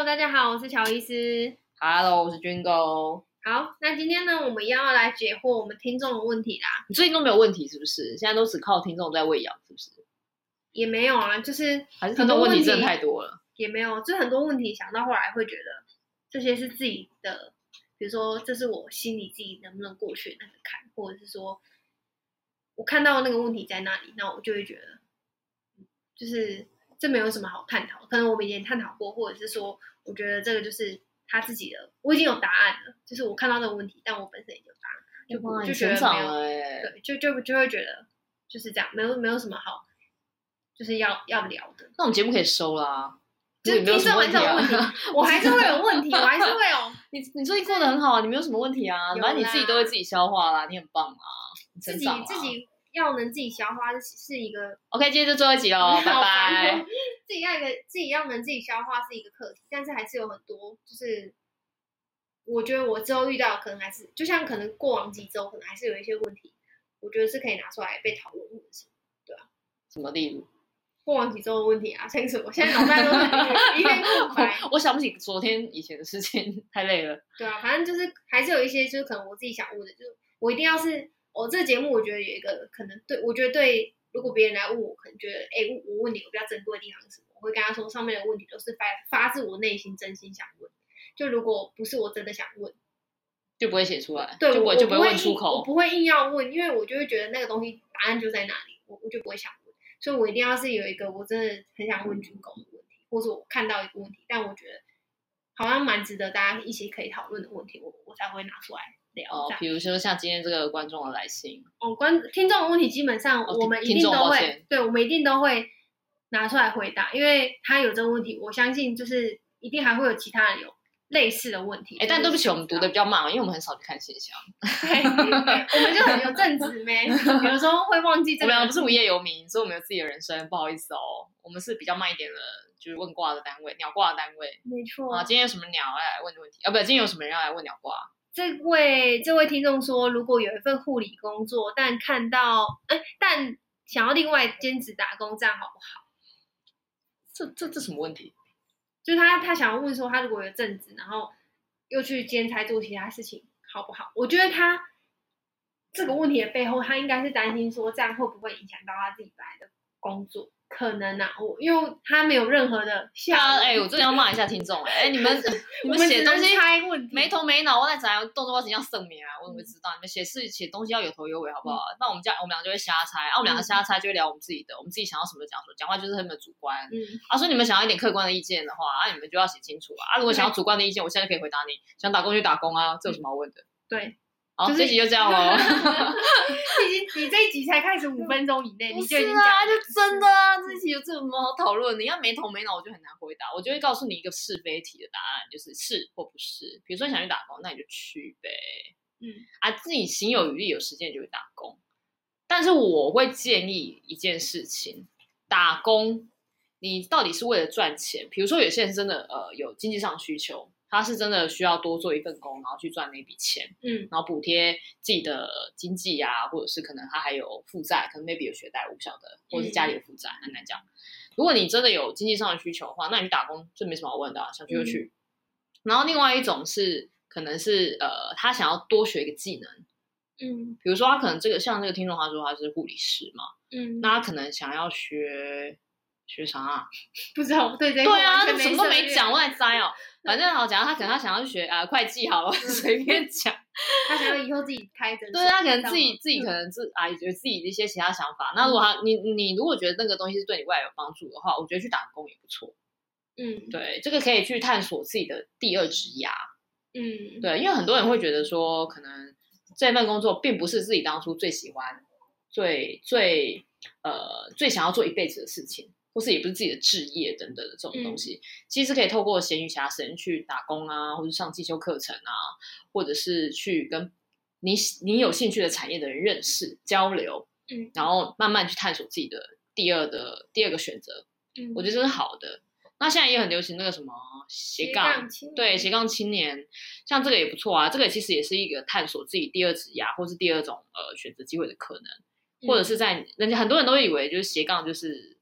大家好，我是乔医师。 Hello， 我是军哥。 好，那今天呢，我们要来解惑我们听众的问题啦。 你最近都没有问题是不是？现在都只靠听众在喂养是不是？ 也没有啊，就是还是听众问题真的太多了？ 也没有，就很多问题想到后来会觉得这些是自己的，比如说这是我心里自己能不能过去的那个坎，或者是说我看到那个问题在那里，那我就会觉得，就是这没有什么好探讨，可能我们以前探讨过，或者是说我觉得这个就是他自己的，我已经有答案了，就是我看到这个问题，但我本身已经有答案，就觉得没有，对，就会觉得就是这样，没有什么好，就是要聊的。 那我们节目可以收啦。 就是听众还是有问题，我还是会有问题，我还是会有。 你最近过得很好啊，你没有什么问题啊，反正你自己都会自己消化啦，你很棒啊，你成长啦。 自己要能自己消化是一个 OK， 今天就最后一集喽，拜拜。 自己要能自己消化是一个课题，但是还是有很多，就是我觉得我之后遇到可能还是，就像可能过往几周可能还是有一些问题，我觉得是可以拿出来被讨论或者什么，对啊。 什么例如？ 过往几周的问题啊，像什么？现在脑袋都是一片空白。 我想不起昨天以前的事情，太累了。 对啊，反正就是还是有一些，就是可能我自己想问的，就是我一定要是这个节目，我觉得有一个可能对，我觉得对，如果别人来问我，可能觉得我问你我比较珍贵的地方是什么，我会跟他说上面的问题都是发自我内心真心想问，就如果不是我真的想问， 就不会写出来， 对， 就不会问出口， 我不会硬要问，因为我就会觉得那个东西答案就在那里，我就不会想问，所以我一定要是有一个我真的很想问军工的问题，或者我看到一个问题，但我觉得好像蛮值得大家一起可以讨论的问题，我才会拿出来聊。 比如说像今天这个观众的来信， 听众的问题基本上我们一定都会，对，我们一定都会拿出来回答，因为他有这个问题，我相信就是一定还会有其他人有类似的问题。 但对不起，我们读的比较慢，因为我们很少去看信箱。 对，我们就很有正直咩，有时候会忘记这个。 我们不是无业游民，所以我们有自己的人生，不好意思哦。我们是比较慢一点的，就是问卦的单位，鸟卦的单位。 没错。 今天有什么鸟要来问的问题？不，今天有什么人要来问鸟卦？ 这位听众说，如果有一份护理工作，但想要另外兼职打工，这样好不好？ 这什么问题？ 就是他想要问说，他如果有正职，然后又去兼差做其他事情，好不好？我觉得他这个问题的背后，他应该是担心说，这样会不会影响到他自己本来的工作？可能啊，因为他没有任何的我真的要骂一下听众你们写东西没头没脑，我在讲动作要圣明啊，我怎么会知道？你们写东西要有头有尾，好不好？那我们俩就会瞎猜我们两个瞎猜就会聊我们自己的，我们自己想要什么讲话就是很主观所以你们想要一点客观的意见的话你们就要写清楚如果想要主观的意见，我现在就可以回答你，想打工就打工这有什么好问的？ 对。 好，这集就这样咯。 你这一集才开始5分钟以内，你就已经讲了，就真的这一集有这什么好讨论？你要没头没脑，我就很难回答。我就会告诉你一个是非题的答案，就是是或不是。比如说你想去打工，那你就去呗。自己行有余力，有时间就会打工。但是我会建议一件事情，打工你到底是为了赚钱？比如说有些人真的有经济上需求。他是真的需要多做一份工，然后去赚那笔钱，然后补贴自己的经济或者是可能他还有负债，可能 maybe 有学贷，我不晓得，或者是家里有负债，很难讲。如果你真的有经济上的需求的话，那你去打工这没什么好问的想去就去。然后另外一种是可能是他想要多学一个技能，比如说他可能像这个听众他说他是护理师嘛，那他可能想要学啥不知道，对什么都没讲，我在猜反正好讲，他想要去学会计好了，随便讲。 他想要以后自己开诊所。 对，他可能自己可能有自己的一些其他想法。那如果你如果觉得那个东西是对你未来有帮助的话，我觉得去打工也不错。对，这个可以去探索自己的第二职涯。对，因为很多人会觉得说，可能这份工作并不是自己当初最喜欢、最想要做一辈子的事情。或是也不是自己的志业等等的这种东西，其实可以透过闲余暇时去打工或者上进修课程或者是去跟你有兴趣的产业的人认识交流，然后慢慢去探索自己的第二个选择，我觉得这是好的。那现在也很流行那个什么斜杠，对，斜杠青年，像这个也不错这个其实也是一个探索自己第二职涯或是第二种选择机会的可能。或者是在人家很多人都以为就是斜杠就是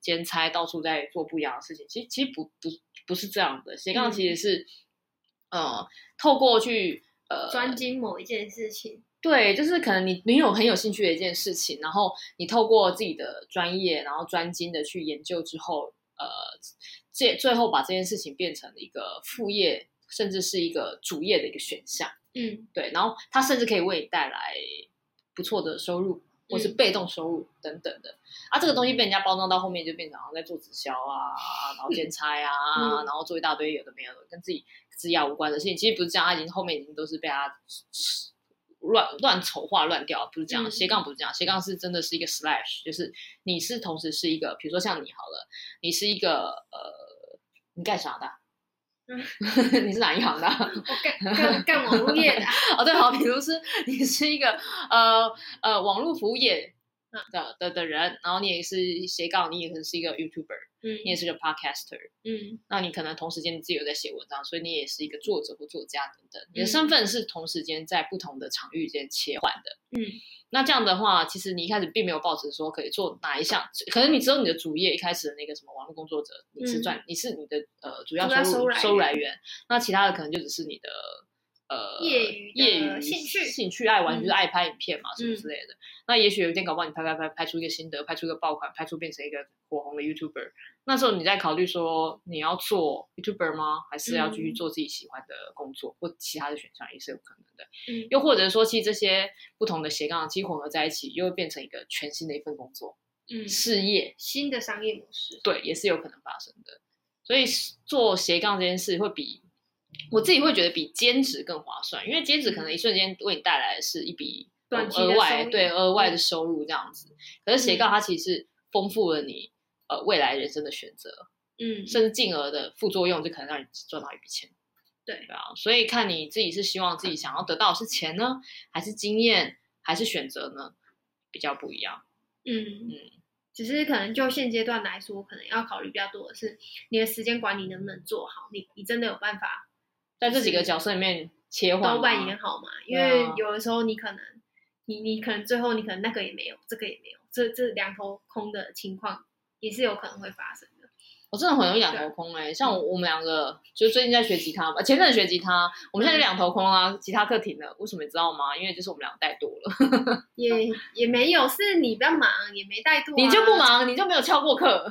兼差到处在做不一样的事情，其实不是这样的。斜杠其实是透过去专精某一件事情。 对，就是可能你有很有兴趣的一件事情，然后你透过自己的专业，然后专精的去研究之后，最后把这件事情变成一个副业，甚至是一个主业的一个选项。对，然后它甚至可以为你带来不错的收入，或是被动收入等等的。这个东西被人家包装到后面就变成好像在做直销啊，然后兼差啊，然后做一大堆有的没有的跟自己职业无关的事情。其实不是这样，它后面已经都是被他乱丑化乱掉，不是这样。斜杠不是这样，斜杠是真的是一个 slash， 就是你是同时是一个，比如说像你好了，你是一个你干啥的？你是哪一行的？ 我干网络业的。 对，好，比如是你是一个网络服务业的人，然后你也是斜杠，你也可能是一个 YouTuber，你也是个 Podcaster，那你可能同时间你自己有在写文章，所以你也是一个作者或作家等等，你的身份是同时间在不同的场域间切换的。那这样的话，其实你一开始并没有抱持说可以做哪一项，可能你只有你的主业一开始的那个什么网络工作者，你是你的主要收入来源，那其他的可能就只是你的业余兴趣爱玩，就是爱拍影片嘛，什么之类的。那也许有一天搞不好你拍出一个心得，拍出一个爆款，拍出变成一个火红的 YouTuber， 那时候你在考虑说你要做 YouTuber 吗？还是要继续做自己喜欢的工作，或其他的选项也是有可能的。又或者说，其实这些不同的斜杠其实混合在一起，又会变成一个全新的一份工作，事业， 新的商业模式， 对，也是有可能发生的。所以做斜杠这件事会比我自己会觉得比兼职更划算，因为兼职可能一瞬间为你带来的是一笔额外的收入这样子。可是斜杠它其实是丰富了你未来人生的选择，甚至进而的副作用就可能让你赚到一笔钱。对啊，所以看你自己是希望自己想要得到的是钱呢，还是经验，还是选择呢，比较不一样。 只是可能就现阶段来说，可能要考虑比较多的是你的时间管理能不能做好，你真的有办法在这几个角色里面切换都扮演好嘛？因为有的时候你可能你可能最后你可能那个也没有，这个也没有，这两头空的情况也是有可能会发生的。 我真的很容易两头空像我们两个就最近在学吉他嘛，前阵子学吉他，我们现在就两头空啊，吉他课停了，为什么你知道吗？因为就是我们两个怠惰了。 也没有，是你比较忙，也没怠惰你就不忙，你就没有翘过课。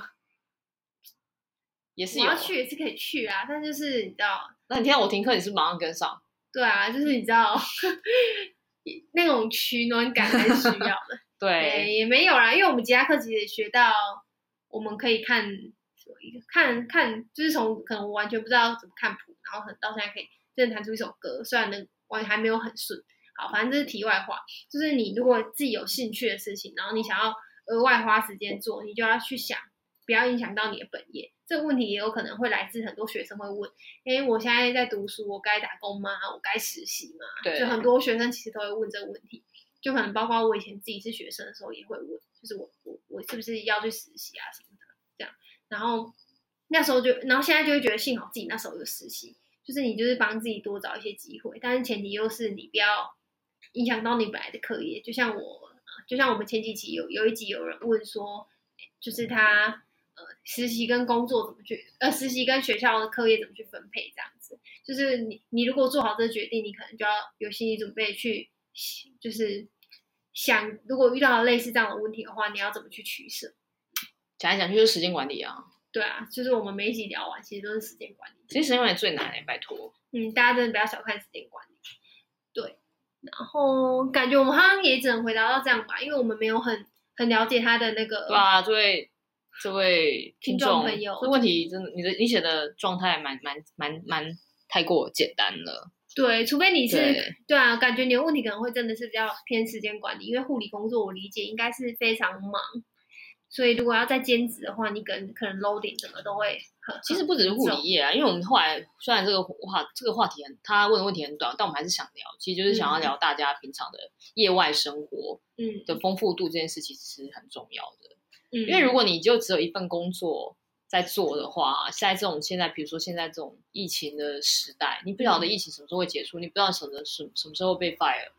也是有， 我要去也是可以去啊，但就是你知道， 那你听到我停课，你是马上跟上？ 对啊，就是你知道那种取暖感还是需要的。 对， 也没有啦，因为我们吉他课其实也学到，我们可以看，就是从可能我完全不知道怎么看谱，然后到现在可以真的弹出一首歌，虽然还没有很顺。好，反正这是题外话，就是你如果自己有兴趣的事情，然后你想要额外花时间做，你就要去想，不要影响到你的本业。这个问题也有可能会来自很多学生会问，我现在在读书，我该打工吗？我该实习吗？ 对， 就很多学生其实都会问这个问题，就可能包括我以前自己是学生的时候也会问，就是我是不是要去实习啊什么的这样。然后那时候然后现在就会觉得幸好自己那时候有实习，就是你就是帮自己多找一些机会，但是前提又是你不要影响到你本来的课业。就像我们前几期有一集有人问说，就是他实习跟工作怎么去实习跟学校的课业怎么去分配这样子。就是你如果做好这个决定，你可能就要有心理准备去，就是想如果遇到类似这样的问题的话，你要怎么去取舍。 讲来讲去就是时间管理啊。 对啊，就是我们每一集聊完其实都是时间管理。 其实时间管理最难拜托。 大家真的不要小看时间管理。对，然后感觉我们好像也只能回答到这样吧，因为我们没有很了解他的那个。 对啊，这位听众朋友， 这问题真的，你写的状态蛮太过简单了。 对，除非你是对啊，感觉你的问题可能会真的是比较偏时间管理，因为护理工作我理解应该是非常忙，所以如果要再兼职的话，你可能 loading 整个都会其实不只是护理业啊，因为我们后来虽然这个话题他问的问题很短，但我们还是想聊，其实就是想要聊大家平常的业外生活的丰富度这件事，其实是很重要的。因为如果你就只有一份工作在做的话，比如说现在这种疫情的时代，你不晓得疫情什么时候会结束，你不知道什么时候被 fire，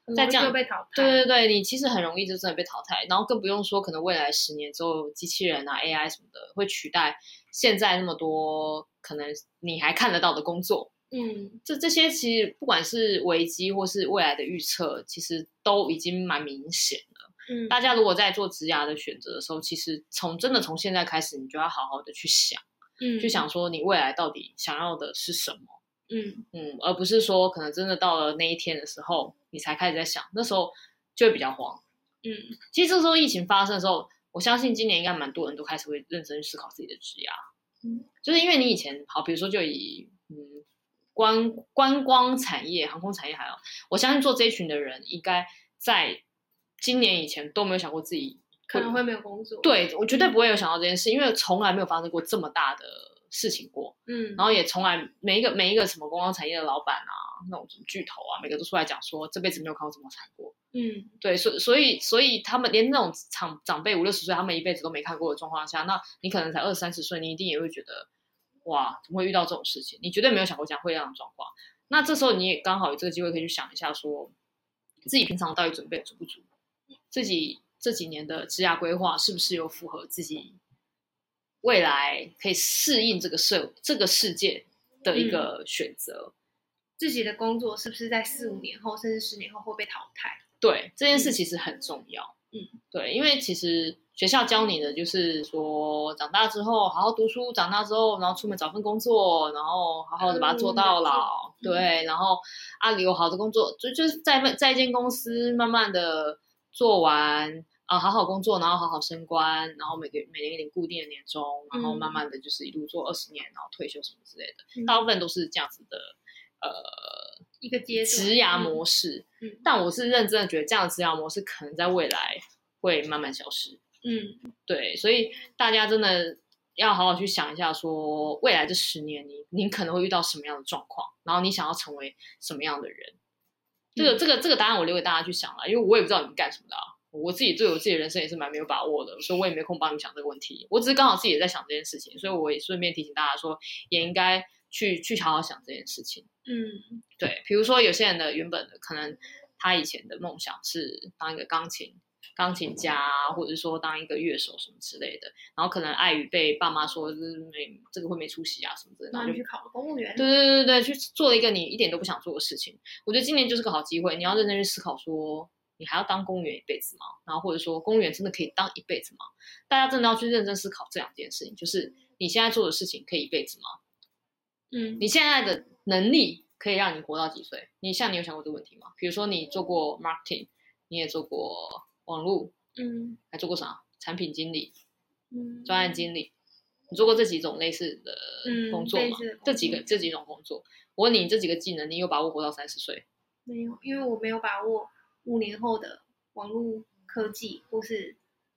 再这样被淘汰。 对对对，你其实很容易就真的被淘汰，然后更不用说可能未来10年之后，机器人啊、AI 什么的会取代现在那么多可能你还看得到的工作。这些其实不管是危机或是未来的预测，其实都已经蛮明显了。大家如果在做职涯的选择的时候，其实真的从现在开始，你就要好好的去想，去想说你未来到底想要的是什么。而不是说可能真的到了那一天的时候，你才开始在想，那时候就会比较慌。其实这时候疫情发生的时候，我相信今年应该蛮多人都开始会认真去思考自己的职涯。就是因为你以前好，比如说就以观光产业、航空产业还有，我相信做这一群的人，应该在今年以前都没有想过自己可能会没有工作。 对，我绝对不会有想到这件事，因为从来没有发生过这么大的事情过。然后也从来每一个什么观光产业的老板啊，那种什么巨头啊，每个都出来讲说这辈子没有看过这么惨过。对，所以他们连那种长辈50-60岁，他们一辈子都没看过的状况下，那你可能才20-30岁，你一定也会觉得哇，怎么会遇到这种事情？你绝对没有想过这样会这样的状况。那这时候你也刚好有这个机会可以去想一下说自己平常到底准备足不足，自己这几年的职涯规划是不是有符合自己未来可以适应这个世界的一个选择。 自己的工作是不是在4-5年后甚至10年后会被淘汰？ 对，这件事其实很重要。对，因为其实学校教你的就是说长大之后好好读书，长大之后然后出门找份工作，然后好好的把它做到老。对，然后有好的工作就是在一间公司慢慢的做完好好工作，然后好好升官，然后每年一点固定的年终，然后慢慢的就是一路做20年，然后退休什么之类的。大部分都是这样子的一个阶段职涯模式。但我是认真的觉得这样的职涯模式可能在未来会慢慢消失。对，所以大家真的要好好去想一下说未来这10年你可能会遇到什么样的状况，然后你想要成为什么样的人。这个答案我留给大家去想了，因为我也不知道你们干什么的我自己对我自己的人生也是蛮没有把握的，所以我也没空帮你想这个问题。我只是刚好自己也在想这件事情，所以我也顺便提醒大家说也应该去好好想这件事情。对，比如说有些人的原本的可能他以前的梦想是当一个钢琴家或者是说当一个乐手什么之类的，然后可能碍于被爸妈说这个会没出息啊什么之类的， 然后就去考了公务员。 对，去做了一个你一点都不想做的事情。我觉得今年就是个好机会，你要认真去思考说你还要当公务员一辈子吗？然后或者说公务员真的可以当一辈子吗？大家真的要去认真思考这2件事情，就是你现在做的事情可以一辈子吗？你现在的能力可以让你活到几岁？你有想过这个问题吗？比如说你做过 marketing， 你也做过网络，还做过啥？产品经理，专案经理，你做过这几种类似的工作吗？这几种工作，我问你，这几个技能你有把握活到30岁？ 没有，因为我没有把握5年后的网络科技，或是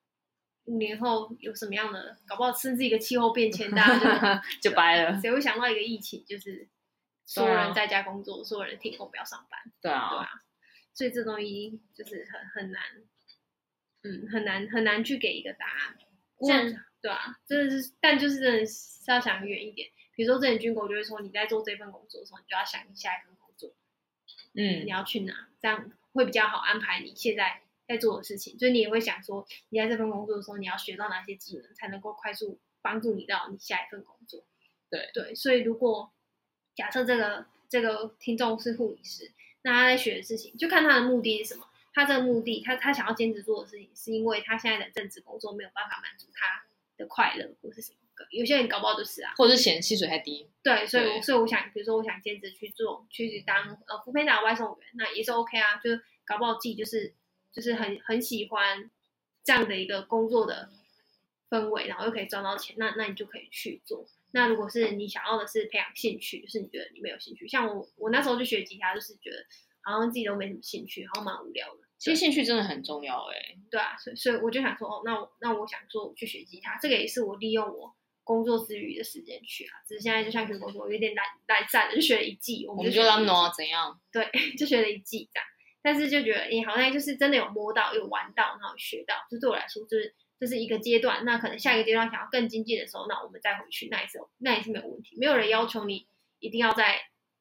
5年后有什么样的，搞不好甚至一个气候变迁，大家就掰了。 谁会想到一个疫情，就是所有人在家工作，所有人停工不要上班。 对啊， 所以这东西就是很难，很难去给一个答案。对啊，真的是，但就是真的是要想远一点。比如说之前军狗就会说，你在做这份工作的时候，你就要想你下一份工作，你要去哪，这样会比较好安排你现在在做的事情。所以你也会想说，你在这份工作的时候，你要学到哪些技能，才能够快速帮助你到你下一份工作。对，所以如果假设这个听众是护理师，那他在学的事情，就看他的目的是什么。他这个目的，他想要兼职做的事情，是因为他现在的正职工作没有办法满足他的快乐，或是什么？有些人搞不好就是或者是嫌薪水太低。 对，所以我想，比如说我想兼职去当foodpanda外送员，那也是 OK 啊。就是搞不好自己就是很喜欢这样的一个工作的氛围，然后又可以赚到钱，那你就可以去做。那如果是你想要的是培养兴趣，就是你觉得你没有兴趣，像我那时候去学吉他，就是觉得好像自己都没什么兴趣，好像蛮无聊的。 其实兴趣真的很重要对啊，所以我就想说，那我想说我去学吉他，这个也是我利用我工作之余的时间去啊。只是现在就像跟我说，有点懒散的，就学了1季， 我们就让弄怎样？ 对，就学了1季这样，但是就觉得好像就是真的有摸到，有玩到，然后有学到，就对我来说这是一个阶段。那可能下一个阶段想要更精进的时候，那我们再回去，那也是没有问题。没有人要求你一定要在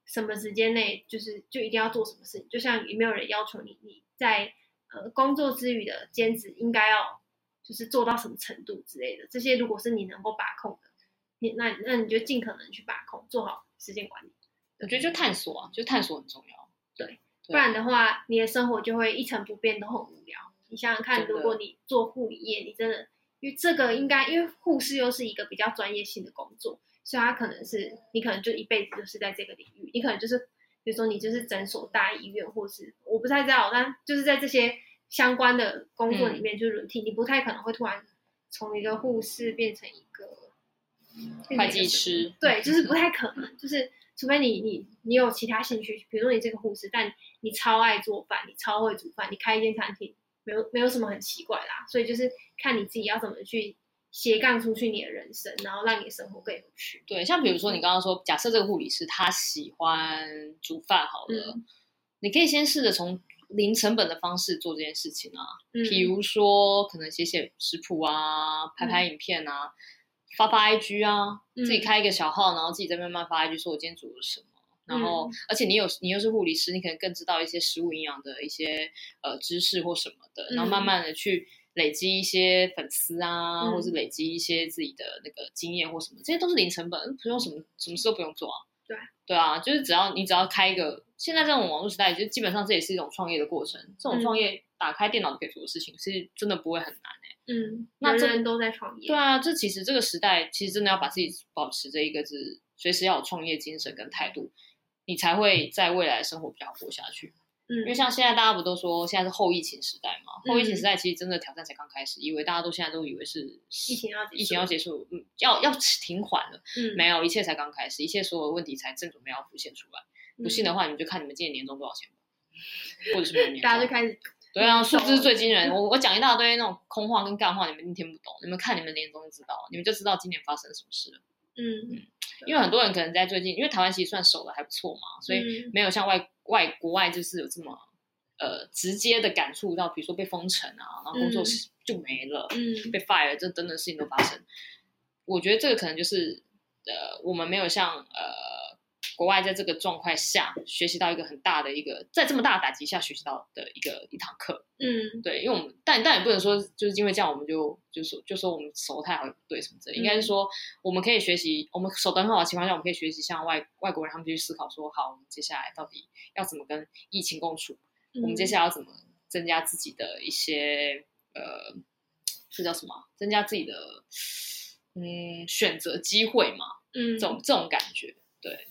什么时间内就一定要做什么事情，就像也没有人要求你在工作之余的兼职应该要就是做到什么程度之类的，这些如果是你能够把控的，那你就尽可能去把控，做好时间管理。 我觉得就探索啊，就探索很重要。 对，不然的话，你的生活就会一成不变，都很无聊。你想想看，如果你做护理业，你真的因为这个因为护士又是一个比较专业性的工作，所以它可能是你可能就一辈子就是在这个领域，你可能就是比如说你就是诊所大医院，或是我不太知道，但就是在这些相关的工作里面就是轮替，你不太可能会突然从一个护士变成一个会计师， 对，就是不太可能，就是除非你有其他兴趣，比如说你这个护士，但你超爱做饭，你超会煮饭，你开一间餐厅，没有什么很奇怪啦，所以就是看你自己要怎么去斜杠出去你的人生，然后让你的生活更有趣。 对，像比如说你刚刚说，假设这个护理师他喜欢煮饭好了，你可以先试着从零成本的方式做这件事情啊，比如说可能写食谱啊，拍影片啊，发 IG 啊，自己开一个小号，然后自己再慢慢发 IG 说我今天煮了什么。然后，而且你又是护理师，你可能更知道一些食物营养的一些知识或什么的，然后慢慢的去累积一些粉丝啊，或是累积一些自己的那个经验或什么，这些都是零成本，不用什么事都不用做啊。对啊，就是你只要开一个，现在这种网络时代，就基本上这也是一种创业的过程。这种创业打开电脑就可以做的事情，是真的不会很难那人人都在创业。 对啊，其实这个时代其实真的要把自己保持着一个是随时要有创业精神跟态度，你才会在未来的生活比较好过下去。因为像现在大家不都说现在是后疫情时代嘛？后疫情时代其实真的挑战才刚开始，大家现在都以为是疫情要结束，要停缓了。没有，一切才刚开始，一切所有问题才正准备要浮现出来。不信的话，你们就看你们今年年终多少钱吧，或者是明年大家就开始。 对啊，数字最惊人。我讲一大堆那种空话跟干话，你们一定听不懂。你们看你们年终就知道，你们就知道今年发生什么事了。因为很多人可能在最近，因为台湾其实算守的还不错嘛，所以没有像国外就是有这么直接的感触到，比如说被封城啊，然后工作室就没了，被 fire， 这等等事情都发生。我觉得这个可能就是我们没有像国外在这个状况下学习到一个很大的一个，在这么大的打击下学习到的一堂课。对，因为我们但也不能说就是因为这样我们就说我们守得太好也不对什么之类，应该是说我们可以学习，我们守得很好的情况下，我们可以学习像外国人他们去思考说，好，我们接下来到底要怎么跟疫情共处，我们接下来要怎么增加自己的一些这叫什么？增加自己的选择机会嘛，这种感觉，对。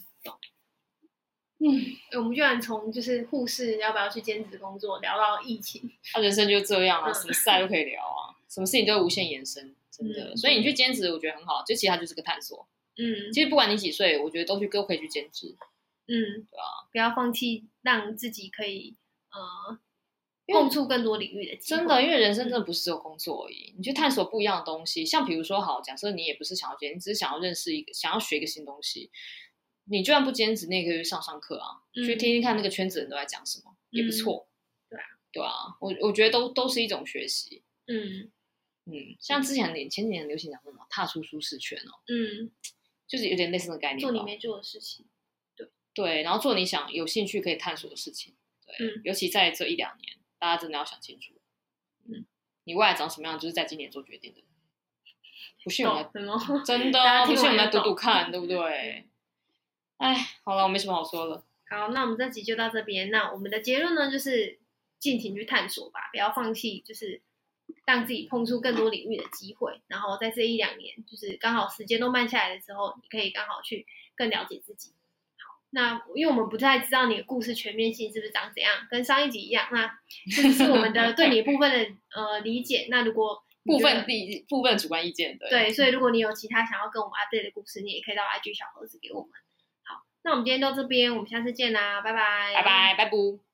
我们居然从就是护士要不要去兼职工作聊到疫情， 人生就这样啊，什么赛都可以聊啊，什么事情都会无限延伸，真的。所以你去兼职，我觉得很好，就其实它就是个探索。其实不管你几岁，我觉得都可以去兼职。对啊， 不要放弃，让自己可以碰触更多领域的机会。 真的，因为人生真的不是只有工作而已，你去探索不一样的东西。像比如说，好，假设你也不是想要兼职，你只是想要想要学一个新东西。你就算不兼职，你也可以去上课啊，去听听看那个圈子人都在讲什么，也不错。对啊，我觉得都是一种学习。像之前前几年流行讲什么踏出舒适圈哦，就是有点类似的概念， 做你没做的事情。 对，然后做你有兴趣可以探索的事情。对，尤其在这1-2年，大家真的要想清楚。你未来长什么样，就是在今年做决定的。不信我们真的不信我们来赌赌看，对不对？哎，好了，我没什么好说了。 好，那我们这集就到这边。那我们的结论呢，就是尽情去探索吧，不要放弃，就是让自己碰触更多领域的机会。然后在这1-2年，就是刚好时间都慢下来的时候，你可以刚好去更了解自己。好，那因为我们不太知道你的故事全面性是不是长怎样，跟上一集一样，那这是我们的对你部分的理解。那如果部分主观意见， 对，所以如果你有其他想要跟我们update的故事，你也可以到 IG 小盒子给我们。好，那我们今天到这边，我们下次见啦，拜拜， 拜拜，拜拜。